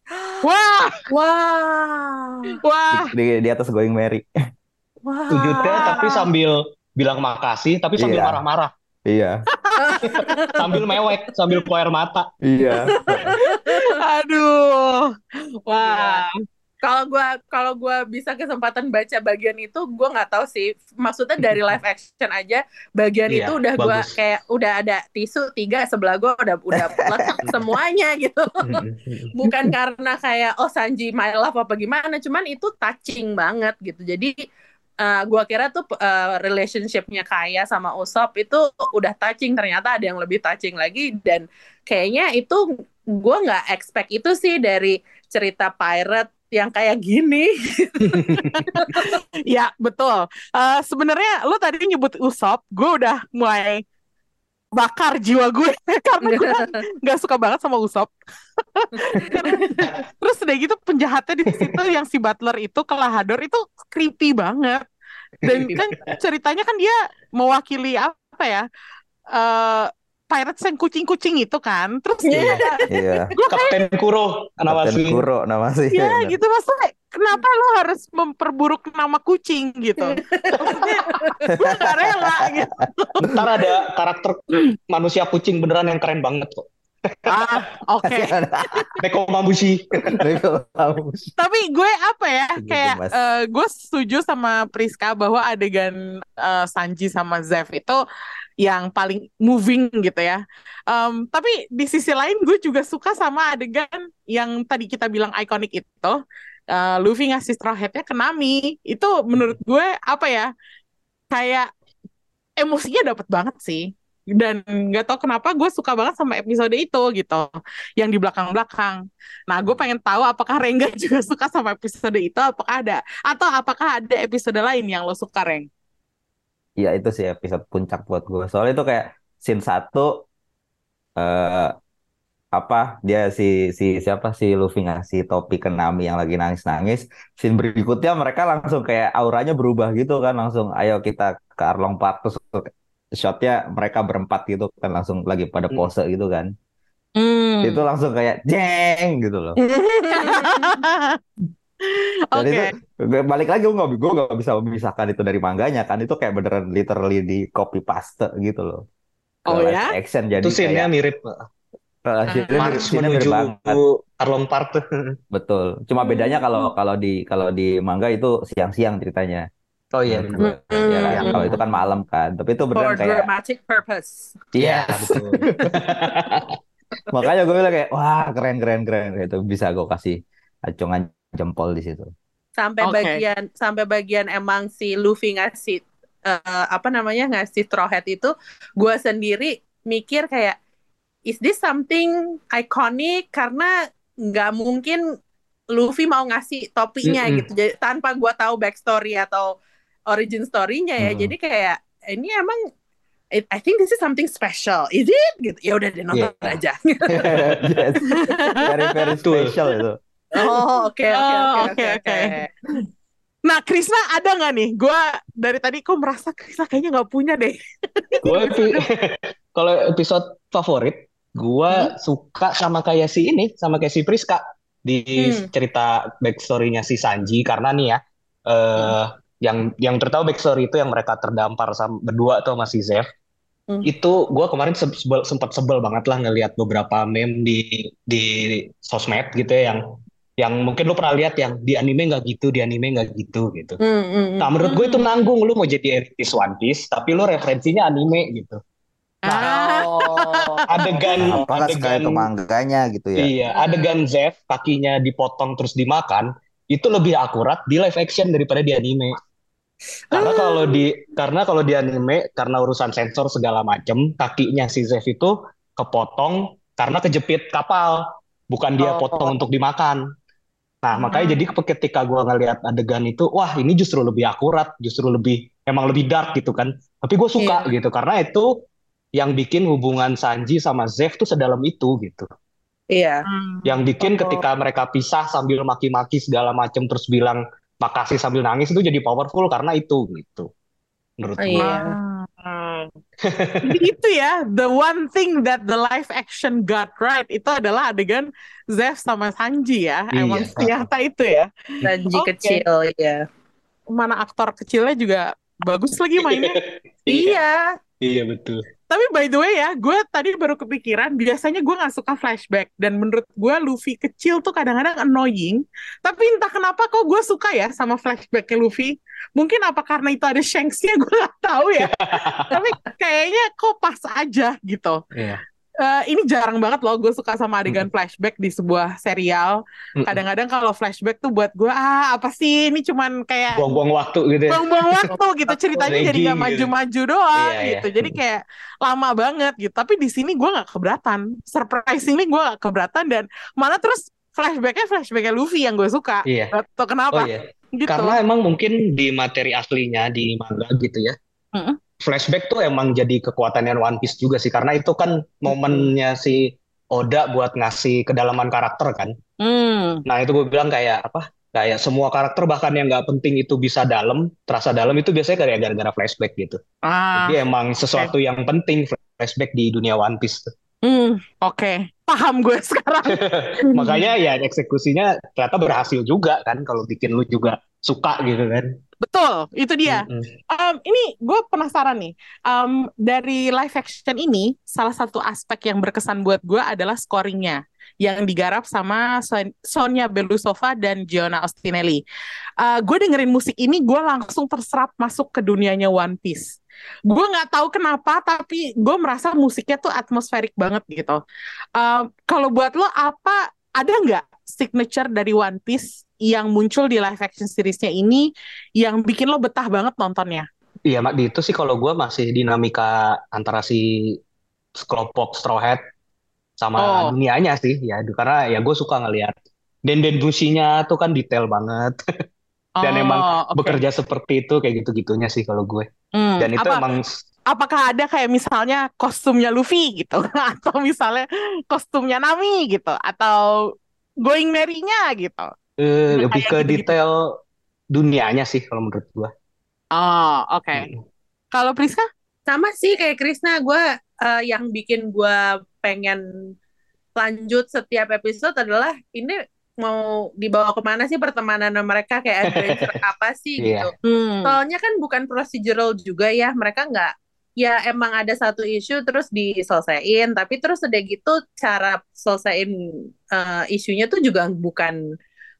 Wah.
Di atas Going Merry.
Sujudnya tapi sambil bilang makasih, tapi sambil marah-marah.
Iya.
Sambil mewek, sambil keluar mata.
Iya.
Aduh. Wah.
Kalau gue bisa kesempatan baca bagian itu, gue nggak tahu sih. Maksudnya dari live action aja bagian itu udah gue kayak udah ada tisu 3 sebelah gue udah letak semuanya gitu. Bukan karena kayak Sanji my love apa gimana, cuman itu touching banget gitu. Jadi gue kira tuh relationshipnya Kaya sama Usopp itu udah touching, ternyata ada yang lebih touching lagi. Dan kayaknya itu gue nggak expect itu sih dari cerita pirate yang kayak gini.
Ya betul. Sebenarnya lo tadi nyebut Usopp, gue udah mulai bakar jiwa gue karena gue nggak suka banget sama Usopp. Terus udah gitu penjahatnya di situ yang si Butler itu, Kelahador itu creepy banget. Dan kan ceritanya kan dia mewakili apa ya? Pirates yang kucing-kucing itu kan. Terus
Kapten Kuro
nama sih.
Ya gitu, maksudnya kenapa lo harus memperburuk nama kucing gitu? Maksudnya gue gak rela gitu.
Ntar ada karakter manusia kucing beneran yang keren banget kok.
Oke.
Neko Mamushi.
Tapi gue apa ya, kayak gue setuju sama Priska bahwa adegan Sanji sama Zeff itu yang paling moving gitu ya. Tapi di sisi lain gue juga suka sama adegan yang tadi kita bilang ikonik itu. Luffy ngasih straw hat-nya ke Nami. Itu menurut gue apa ya, kayak emosinya dapet banget sih. Dan nggak tahu kenapa gue suka banget sama episode itu gitu, yang di belakang-belakang. Nah gue pengen tahu apakah Rengga juga suka sama episode itu, apakah ada episode lain yang lo suka, Reng?
Iya itu sih episode puncak buat gue. Soalnya itu kayak scene 1 dia siapa si Luffy ngasih topi ke Nami yang lagi nangis-nangis. Scene berikutnya mereka langsung kayak auranya berubah gitu kan, langsung ayo kita ke Arlong Park, terus shotnya mereka berempat gitu kan, langsung lagi pada pose gitu kan. Itu langsung kayak jeng gitu loh. Dan itu balik lagi gue nggak bisa memisahkan itu dari manganya kan, itu kayak beneran literally di copy paste gitu loh.
Ya?
Action jadi
itu scene-nya mirip.
March
menuju Arlong Park.
Betul. Cuma bedanya kalau di manga itu siang-siang ceritanya.
Oh iya benar.
Ya, kalau itu kan malam kan. Tapi itu beneran kayak
dramatic purpose.
Iya, betul. Makanya gue bilang kayak wah keren itu bisa gue kasih acungan jempol di situ.
Sampai bagian emang si Luffy ngasih ngasih straw hat itu, gue sendiri mikir kayak is this something iconic, karena nggak mungkin Luffy mau ngasih topinya gitu jadi, tanpa gue tahu backstory atau origin story-nya ya. Jadi kayak ini emang I think this is something special, is it? Gitu. Ya udah deh nonton aja.
Yes. Very special itu.
Oke.
Nah, Krisna ada nggak nih? Gue dari tadi kok merasa Krisna kayaknya nggak punya deh.
Gue kalau episode favorit Gua suka sama kayak si Priska di cerita backstory-nya si Sanji, karena nih ya yang tertahu backstory itu yang mereka terdampar sama berdua tuh sama si Zeff. Itu gue kemarin sempat sebel banget lah ngelihat beberapa meme di sosmed gitu ya, yang mungkin lu pernah lihat yang di anime nggak gitu, di anime nggak gitu gitu. Nah menurut gue itu nanggung, lu mau jadi elitis One Piece tapi lu referensinya anime gitu. Nah,
apakah sekali ke mangganya gitu ya?
Iya, adegan Zeff kakinya dipotong terus dimakan itu lebih akurat di live action daripada di anime. Karena kalau di anime, karena urusan sensor segala macem, kakinya si Zeff itu kepotong karena kejepit kapal, bukan dia potong untuk dimakan. Nah, makanya jadi ketika gue ngeliat adegan itu, wah ini justru lebih akurat, justru emang lebih dark gitu kan. Tapi gue suka gitu, karena itu yang bikin hubungan Sanji sama Zeff tuh sedalam itu gitu.
Iya.
Yang bikin ketika mereka pisah sambil maki-maki segala macem terus bilang makasih sambil nangis itu jadi powerful karena itu gitu. Menurut gue.
Iya.
Jadi itu ya, the one thing that the live action got right itu adalah adegan Zeff sama Sanji ya. Emang ternyata itu ya.
Sanji kecil ya.
Mana aktor kecilnya juga bagus lagi mainnya.
Iya.
Iya betul.
Tapi by the way ya, gue tadi baru kepikiran, biasanya gue gak suka flashback. Dan menurut gue Luffy kecil tuh kadang-kadang annoying. Tapi entah kenapa kok gue suka ya sama flashbacknya Luffy. Mungkin apa karena itu ada Shanks-nya, gue gak tahu ya. Tapi kayaknya kok pas aja gitu.
Iya.
Ini jarang banget loh gue suka sama adegan flashback di sebuah serial. Kadang-kadang kalau flashback tuh buat gue apa sih, ini cuman kayak
buang-buang waktu gitu ya.
Buang-buang waktu gitu, ceritanya jadi gak maju-maju doang gitu. Jadi kayak lama banget gitu. Tapi di sini gue gak keberatan. Surprisingly gue gak keberatan, dan malah terus flashbacknya Luffy yang gue suka. Gak tau kenapa. Gitu.
Karena emang mungkin di materi aslinya di manga gitu ya. Flashback tuh emang jadi kekuatannya One Piece juga sih, karena itu kan momennya si Oda buat ngasih kedalaman karakter kan. Nah itu gue bilang kayak kayak semua karakter bahkan yang nggak penting itu bisa terasa dalam itu biasanya kayak gara-gara flashback gitu. Jadi emang sesuatu yang penting flashback di dunia One Piece tuh.
Oke. Paham gue sekarang.
Makanya ya eksekusinya ternyata berhasil juga kan, kalau bikin lu juga suka gitu kan.
Betul, itu dia. Ini gue penasaran nih. Dari live action ini, salah satu aspek yang berkesan buat gue adalah scoringnya, yang digarap sama Sonia Belousova dan Giona Ostinelli. Gue dengerin musik ini, gue langsung terserap masuk ke dunianya One Piece. Gue nggak tahu kenapa, tapi gue merasa musiknya tuh atmosferik banget gitu. Kalau buat lo, ada nggak signature dari One Piece yang muncul di live action seriesnya ini yang bikin lo betah banget nontonnya?
Iya, Mak, di itu sih kalau gue masih dinamika antara si kelompok Straw Hat sama dunianya sih ya, karena ya gue suka ngelihat den businya tuh kan detail banget. Dan emang bekerja seperti itu, kayak gitu-gitunya sih kalau gue. Dan itu emang
apakah ada kayak misalnya kostumnya Luffy gitu atau misalnya kostumnya Nami gitu atau Going Merry-nya gitu?
Lebih ke detail dunianya sih kalau menurut gue.
Oke. Kalau Priska?
Sama sih kayak Krisna, gue yang bikin gue pengen lanjut setiap episode adalah ini mau dibawa kemana sih pertemanan mereka, kayak adventure apa sih gitu. Soalnya kan bukan procedural juga ya, mereka nggak, ya emang ada satu isu terus diselesain, tapi terus udah gitu cara selesaiin isunya tuh juga bukan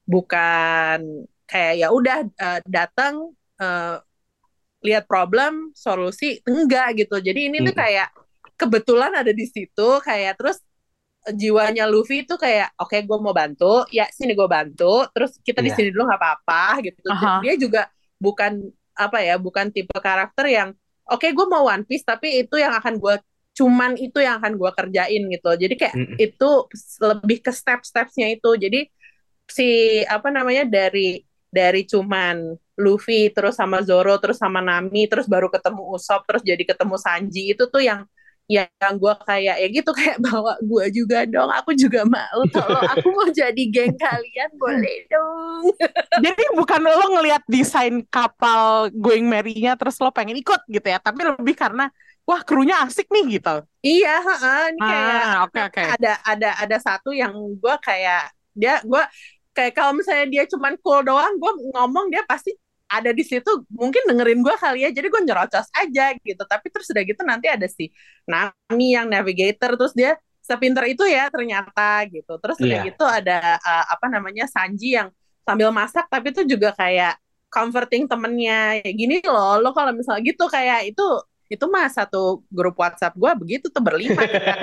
kayak ya udah datang lihat problem solusi, enggak gitu. Jadi ini tuh kayak kebetulan ada di situ, kayak terus jiwanya Luffy itu kayak oke, gue mau bantu ya, sini gue bantu, terus kita di sini dulu nggak apa-apa gitu. Dia juga bukan tipe karakter yang oke, gue mau One Piece tapi itu yang akan gue kerjain gitu. Jadi kayak itu lebih ke step-stepsnya itu. Jadi si dari cuman Luffy terus sama Zoro terus sama Nami terus baru ketemu Usopp terus jadi ketemu Sanji, itu tuh yang gue kayak ya gitu, kayak bawa gue juga dong, aku juga mau, tolong aku mau jadi geng kalian, boleh dong.
Jadi bukan lo ngelihat desain kapal Going Merry-nya terus lo pengen ikut gitu ya, tapi lebih karena wah krunya asik nih gitu.
Iya, ini kayak
oke.
ada satu yang gue kayak gue kayak kalau misalnya dia cuman cool doang, gue ngomong dia pasti ada di situ, mungkin dengerin gue kali ya, jadi gue nyerocos aja gitu. Tapi terus udah gitu nanti ada si Nami yang navigator, terus dia sepinter itu ya ternyata gitu. Terus udah gitu ada Sanji yang sambil masak tapi itu juga kayak comforting temennya. Ya gini loh, lo kalau misalnya gitu kayak itu mah satu grup WhatsApp gue begitu tuh berlima.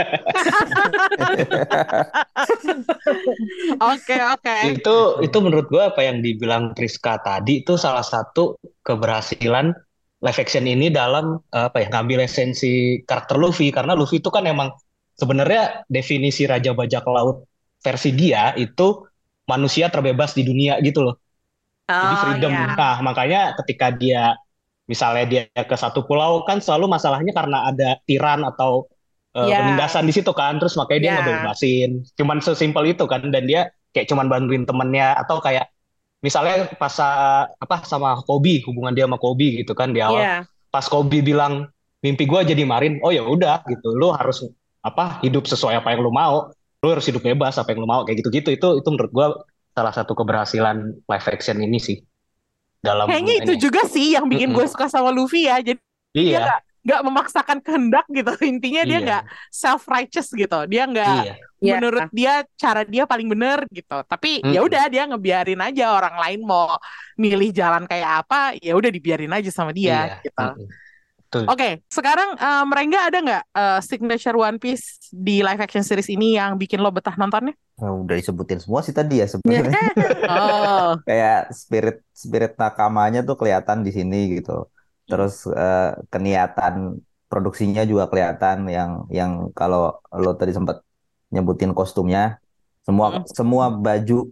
Oke.
Itu menurut gue apa yang dibilang Priska tadi itu salah satu keberhasilan live action ini dalam ngambil esensi karakter Luffy, karena Luffy itu kan emang sebenarnya definisi Raja Bajak Laut versi dia itu manusia terbebas di dunia gitu loh. Jadi freedom. Yeah. Nah, makanya ketika misalnya dia ke satu pulau kan selalu masalahnya karena ada tiran atau penindasan di situ kan, terus makanya dia ngebebasin. Cuman sesimpel itu kan, dan dia kayak cuman bantuin temennya, atau kayak misalnya pas sama Kobe, hubungan dia sama Kobe gitu kan di awal. Yeah. Pas Kobe bilang mimpi gue jadi marin, oh ya udah gitu, lu harus hidup sesuai apa yang lu mau, lu harus hidup bebas apa yang lu mau, kayak gitu-gitu. Itu menurut gue salah satu keberhasilan live action ini sih.
Kayaknya itu juga sih yang bikin gue suka sama Luffy ya. Jadi dia nggak memaksakan kehendak gitu. Intinya dia nggak self righteous gitu. Dia nggak menurut dia cara dia paling bener gitu. Tapi ya udah dia ngebiarin aja orang lain mau milih jalan kayak apa, ya udah dibiarin aja sama dia gitu. Oke, sekarang Merengga ada nggak signature One Piece di live action series ini yang bikin lo betah nontonnya?
Udah disebutin semua sih tadi ya sebenarnya. Kayak spirit nakamanya tuh kelihatan di sini gitu. Terus keniatan produksinya juga kelihatan, yang kalau lo tadi sempat nyebutin kostumnya, semua baju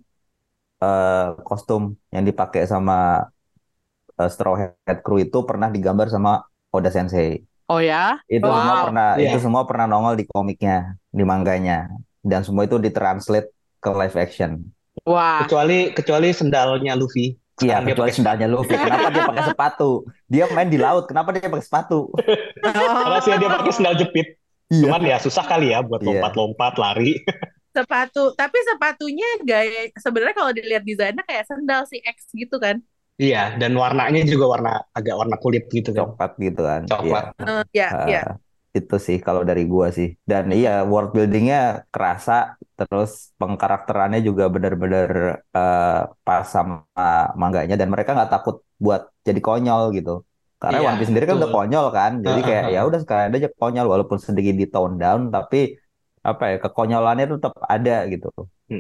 kostum yang dipakai sama Straw Hat Crew itu pernah digambar sama Oda Sensei.
Oh ya?
Itu semua pernah nongol di komiknya, di manganya, dan semua itu ditranslate ke live action.
Wah.
Kecuali sendalnya Luffy.
Iya, kecuali sendalnya Luffy. Kenapa dia pakai sepatu? Dia main di laut, kenapa dia pakai sepatu?
Karena sih dia pakai sendal jepit. Cuman ya susah kali ya buat lompat-lompat, lari.
Tapi sepatunya gaya sebenarnya kalau dilihat desainnya kayak sendal si X gitu kan.
Iya, dan warnanya juga agak warna kulit gitu kan.
Coklat gitu kan.
Coklat.
Iya.
Itu sih kalau dari gua sih. Dan iya, world buildingnya kerasa, terus pengkarakterannya juga benar-benar pas sama mangganya, dan mereka nggak takut buat jadi konyol gitu. Karena One Piece sendiri kan udah konyol kan. Jadi kayak ya udah sekalian aja konyol, walaupun sedikit di tone down, tapi kekonyolannya tetap ada gitu.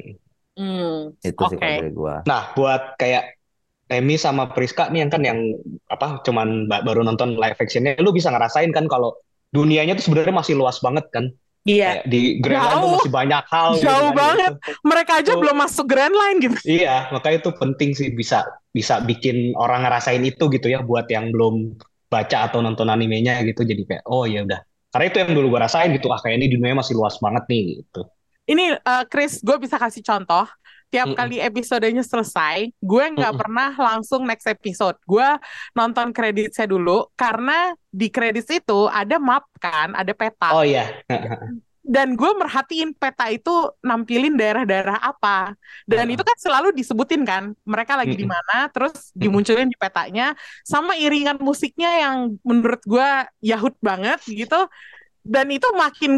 Itu sih kalau dari gua.
Nah, buat kayak Emi sama Priska nih yang cuman baru nonton live actionnya, lu bisa ngerasain kan kalau dunianya tuh sebenarnya masih luas banget kan.
Iya.
Kayak di Grand Line tuh masih banyak hal.
Jauh gitu banget. Gitu. Mereka aja belum masuk Grand Line gitu.
Iya, makanya itu penting sih bisa bikin orang ngerasain itu gitu ya, buat yang belum baca atau nonton animenya gitu, jadi kayak oh ya udah. Karena itu yang dulu gue rasain gitu, kayak ini dunianya masih luas banget nih gitu.
Ini Chris, gue bisa kasih contoh. Tiap kali episodenya selesai, gue nggak pernah langsung next episode. Gue nonton kreditnya dulu, karena di kredit itu ada map kan, ada peta.
Oh iya.
Dan gue merhatiin peta itu nampilin daerah-daerah apa. Dan itu kan selalu disebutin kan, mereka lagi di mana, terus dimunculin di petanya, sama iringan musiknya yang menurut gue yahut banget gitu. Dan itu makin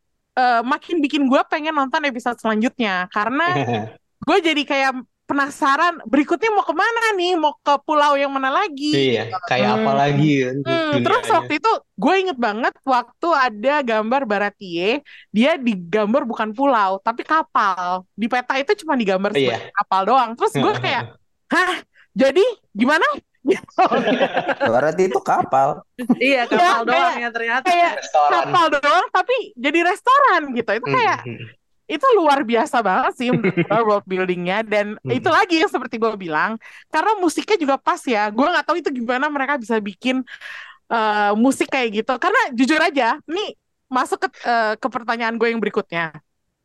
bikin gue pengen nonton episode selanjutnya, karena gue jadi kayak penasaran berikutnya mau kemana nih, mau ke pulau yang mana lagi.
Iya, kayak apa lagi.
Terus waktu itu gue inget banget waktu ada gambar Baratie, dia digambar bukan pulau tapi kapal. Di peta itu cuma digambar sebagai kapal doang. Terus gue kayak, hah? Jadi gimana?
Berarti itu kapal.
Iya, kapal doang ya ternyata.
Kayak kapal doang tapi jadi restoran gitu. Itu kayak itu luar biasa banget sih menurut gue world buildingnya. Dan itu lagi yang seperti gue bilang, karena musiknya juga pas ya. Gue nggak tahu itu gimana mereka bisa bikin musik kayak gitu. Karena jujur aja, nih masuk ke pertanyaan gue yang berikutnya.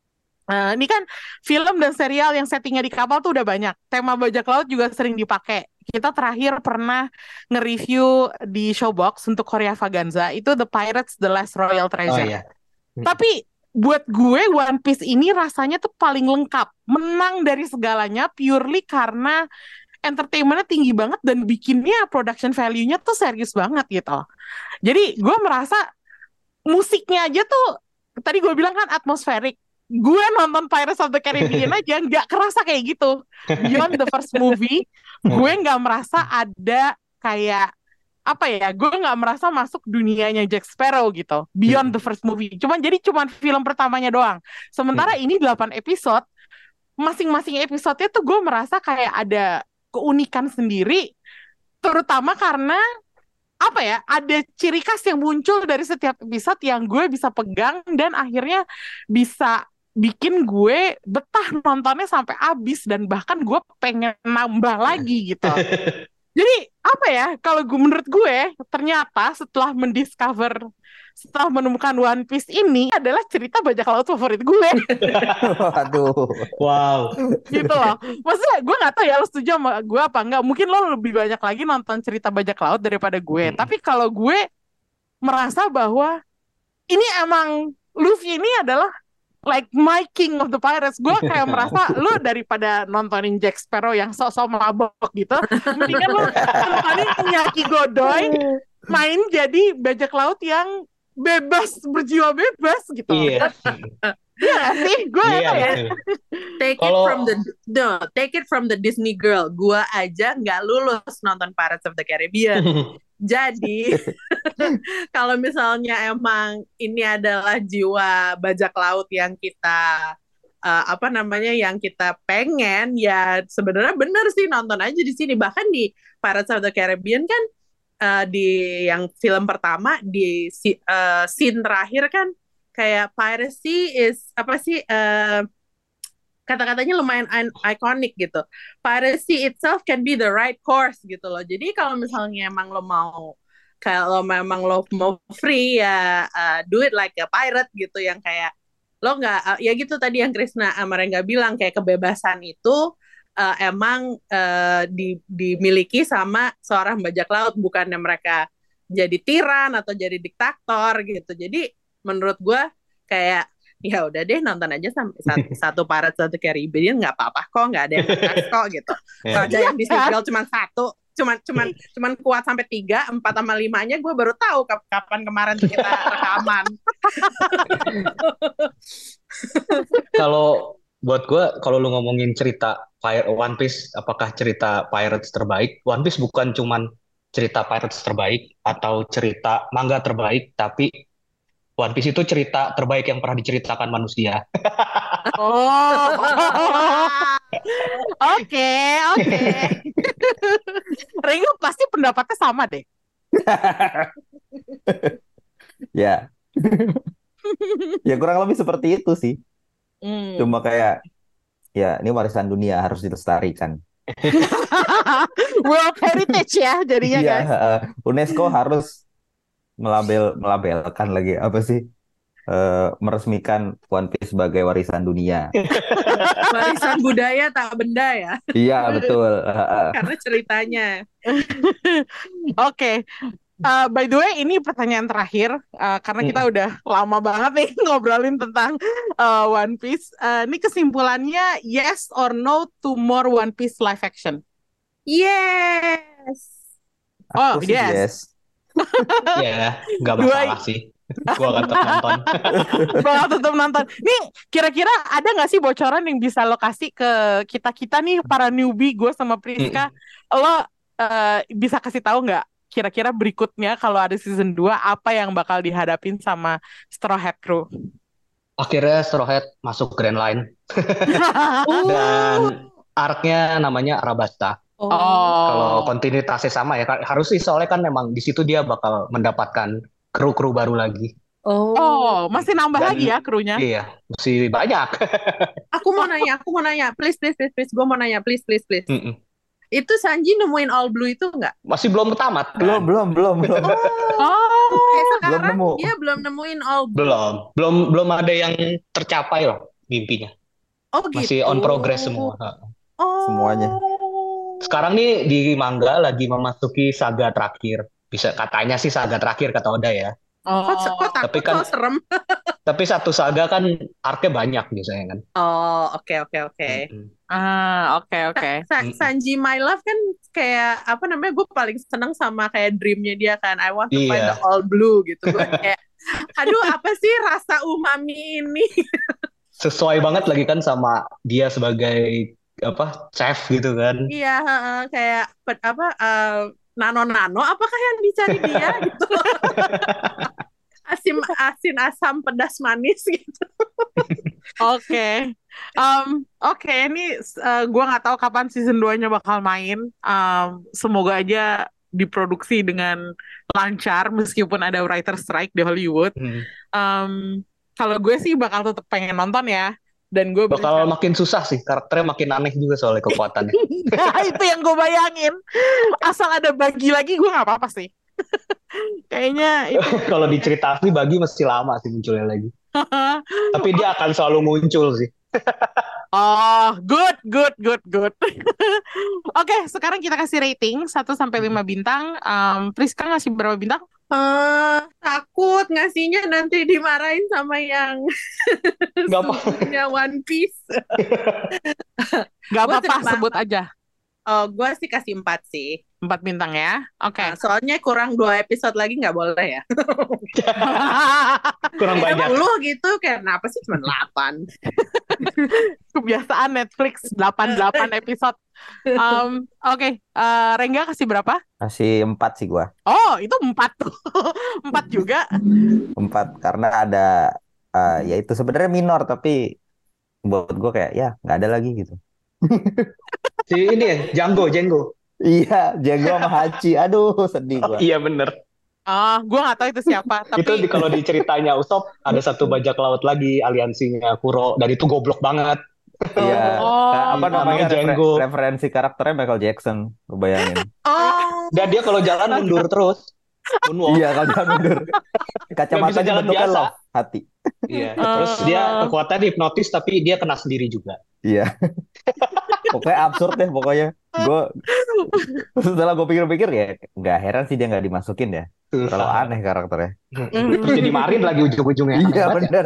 Ini kan film dan serial yang settingnya di kapal tuh udah banyak. Tema bajak laut juga sering dipakai. Kita terakhir pernah nge-review di Showbox untuk Korea Vaganza itu The Pirates The Last Royal Treasure.
iya.
Tapi buat gue One Piece ini rasanya tuh paling lengkap. Menang dari segalanya purely karena entertainment-nya tinggi banget dan bikinnya production value-nya tuh serius banget gitu. Jadi gue merasa musiknya aja tuh, tadi gue bilang kan atmosferik. Gue nonton Pirates of the Caribbean aja nggak kerasa kayak gitu. Beyond the first movie, gue nggak merasa ada kayak apa ya? Gue nggak merasa masuk dunianya Jack Sparrow gitu. Beyond the first movie. Cuman film pertamanya doang. Sementara ini 8 episode, masing-masing episodenya tuh gue merasa kayak ada keunikan sendiri, terutama karena apa ya, ada ciri khas yang muncul dari setiap episode yang gue bisa pegang dan akhirnya bisa bikin gue betah nontonnya sampai habis dan bahkan gue pengen nambah lagi gitu. Jadi apa ya, kalau menurut gue ternyata setelah menemukan One Piece ini adalah cerita bajak laut favorit gue.
Waduh.
Wow.
Gitu loh. Maksudnya gue gak tahu ya lo setuju sama gue apa enggak. Mungkin lo lebih banyak lagi nonton cerita bajak laut daripada gue. Tapi kalau gue merasa bahwa ini emang Luffy ini adalah like my king of the pirates. Gue kayak merasa lo daripada nontonin Jack Sparrow yang sok-sok mabok gitu, mendingan lo nontonin Nyaki Godoy main jadi bajak laut yang bebas, berjiwa bebas gitu.
Iya.
Iya gak sih? Gue
Iya,
ya.
Take it from the Disney girl. Gue aja nggak lulus nonton Pirates of the Caribbean. Jadi kalau misalnya emang ini adalah jiwa bajak laut yang kita yang kita pengen, ya sebenarnya bener sih nonton aja di sini. Bahkan di Pirates of the Caribbean kan di yang film pertama di scene terakhir kan kayak piracy is apa sih kata-katanya lumayan iconic gitu. Piracy itself can be the right course gitu loh. Jadi kalau misalnya emang kalau memang lo mau free ya do it like a pirate gitu, yang kayak lo nggak ya gitu tadi yang Krisna Amarenga bilang, kayak kebebasan itu emang dimiliki sama seorang bajak laut, bukannya mereka jadi tiran atau jadi diktator gitu. Jadi menurut gue kayak ya udah deh nonton aja sampai satu Pirates of the Caribbean, nggak apa-apa kok, nggak ada yang ngetes kok gitu. Raja yang di serial cuma satu, cuman kuat sampai 3, 4 sama 5-nya gue baru tahu kapan kemarin tuh kita rekaman.
Kalau buat gue, kalau lu ngomongin cerita One Piece, apakah cerita Pirates terbaik? One Piece bukan cuman cerita Pirates terbaik atau cerita manga terbaik, tapi One Piece itu cerita terbaik yang pernah diceritakan manusia.
Oke. Ringo pasti pendapatnya sama deh.
Ya. Ya kurang lebih seperti itu sih. Cuma kayak ya ini warisan dunia harus dilestarikan.
World Heritage ya jadinya guys.
UNESCO harus melabelkan lagi apa sih? Meresmikan One Piece sebagai warisan dunia.
Warisan budaya tak benda ya.
Iya betul.
Karena ceritanya.
Oke. By the way, ini pertanyaan terakhir karena kita udah lama banget nih ngobrolin tentang One Piece. Ini kesimpulannya yes or no to more One Piece live action?
Yes.
Aku sih yes.
Ya, nggak masalah sih. Gue akan tetap nonton.
Tetap nonton. Nih, kira-kira ada nggak sih bocoran yang bisa lo kasih ke kita nih para newbie, gue sama Priska? Lo bisa kasih tahu nggak? Kira-kira berikutnya kalau ada season 2 apa yang bakal dihadapin sama Straw Hat Crew?
Akhirnya Straw Hat masuk Grand Line. Dan arc-nya namanya Arabasta. Kalau kontinuitasnya sama ya, harus sih, soalnya kan memang di situ dia bakal mendapatkan kru-kru baru lagi.
Masih nambah lagi ya krunya?
Iya, masih banyak.
Aku mau nanya, please, gue mau nanya, please. Itu Sanji nemuin All Blue itu nggak?
Masih belum tamat. Kan?
Belum.
Sekarang
belum nemu.
Dia belum nemuin All Blue.
Belum ada yang tercapai loh. mimpinya.
Oh
Masih
gitu.
on progress semua.
Oh.
Semuanya.
Sekarang nih di manga lagi memasuki saga terakhir. Bisa katanya sih saga terakhir kata Oda ya.
Kok
Tapi
takut,
kan
kok serem.
tapi satu saga kan arc-nya banyak biasanya kan.
Oh, oke.
Oke.
Sanji My Love kan kayak apa namanya, gue paling seneng sama kayak dreamnya dia kan, I want to find the all blue gitu. Gue kayak aduh apa sih rasa umami ini.
Sesuai banget lagi kan sama dia sebagai apa chef gitu kan.
Iya, kayak apa nano apakah yang dicari dia gitu. Asin asam pedas manis gitu.
Oke. Ini gue nggak tahu kapan season 2-nya bakal main. Semoga aja diproduksi dengan lancar meskipun ada writer strike di Hollywood. Kalau gue sih bakal tetap pengen nonton ya. Dan gue
bakal makin susah sih, karakternya makin aneh juga soalnya kekuatannya.
Nah, itu yang gue bayangin. Asal ada Bagi lagi gue nggak apa-apa sih. Kayaknya itu.
Kalau di cerita asli Bagi mesti lama sih munculnya lagi. Tapi dia akan selalu muncul sih.
Oh, good. Oke, sekarang kita kasih rating 1 sampai 5 bintang. Priska ngasih berapa bintang?
Takut ngasihnya nanti dimarahin sama yang
punya
One Piece.
Gak apa-apa, sebut aja.
Gue sih kasih 4 sih.
4 bintang ya. Oke.
Soalnya kurang 2 episode lagi nggak boleh ya.
Kurang banyak.
10 gitu, kenapa sih cuma 8?
Kebiasaan Netflix 8 episode. Oke. Rengga kasih berapa?
Kasih 4 sih gua.
Oh, itu 4 tuh. 4 juga.
4 karena ada ya itu sebenarnya minor tapi buat gua kayak ya nggak ada lagi gitu.
Si ini ya, Django.
Iya, Django sama Hachi. Aduh, sedih gua.
Iya bener.
Gue nggak tahu itu siapa. Tapi
itu kalau di ceritanya Usopp ada satu bajak laut lagi aliansinya Kuro dan itu goblok banget.
Iya. Apa namanya
Django.
referensi karakternya Michael Jackson, lu bayangin.
Dan dia kalau jalan mundur terus.
Iya, kalau jalan mundur. Kacamatanya bentuknya love, hati.
Iya. Terus dia kekuatan hipnotis tapi dia kena sendiri juga.
Iya. Pokoknya absurd deh pokoknya. Setelah gue pikir-pikir ya nggak heran sih dia nggak dimasukin ya. Terlalu aneh karakternya.
Terus jadi Marin lagi ujung-ujungnya.
Iya bener.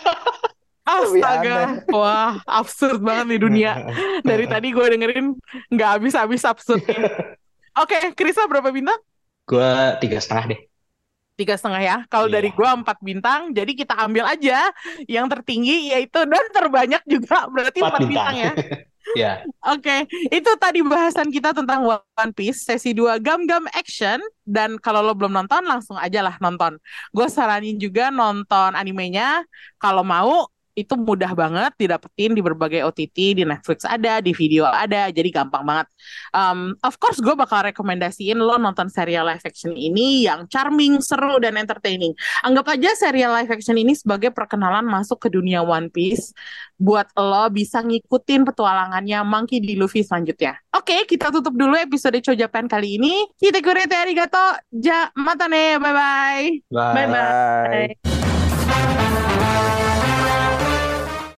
Astaga, wah absurd banget nih dunia. Dari tadi gue dengerin nggak habis-habis absurdnya. Oke, Krisa berapa bintang?
Gue 3,5 deh.
3,5 ya. Kalau dari gue 4 bintang, jadi kita ambil aja yang tertinggi yaitu dan terbanyak juga berarti 4 bintang ya.
Ya.
Oke, itu tadi bahasan kita tentang One Piece sesi 2 Gam Action. Dan kalau lo belum nonton, langsung aja lah nonton. Gue saranin juga nonton animenya. Kalau mau, itu mudah banget didapetin di berbagai OTT, di Netflix ada, di video ada, jadi gampang banget. Of course gue bakal rekomendasiin lo nonton serial live action ini yang charming, seru, dan entertaining. Anggap aja serial live action ini sebagai perkenalan masuk ke dunia One Piece buat lo bisa ngikutin petualangannya Monkey D. Luffy selanjutnya. Oke, kita tutup dulu episode Show Japan kali ini. Kita kurete arigato, mata ne, bye-bye.
Bye.
Bye-bye.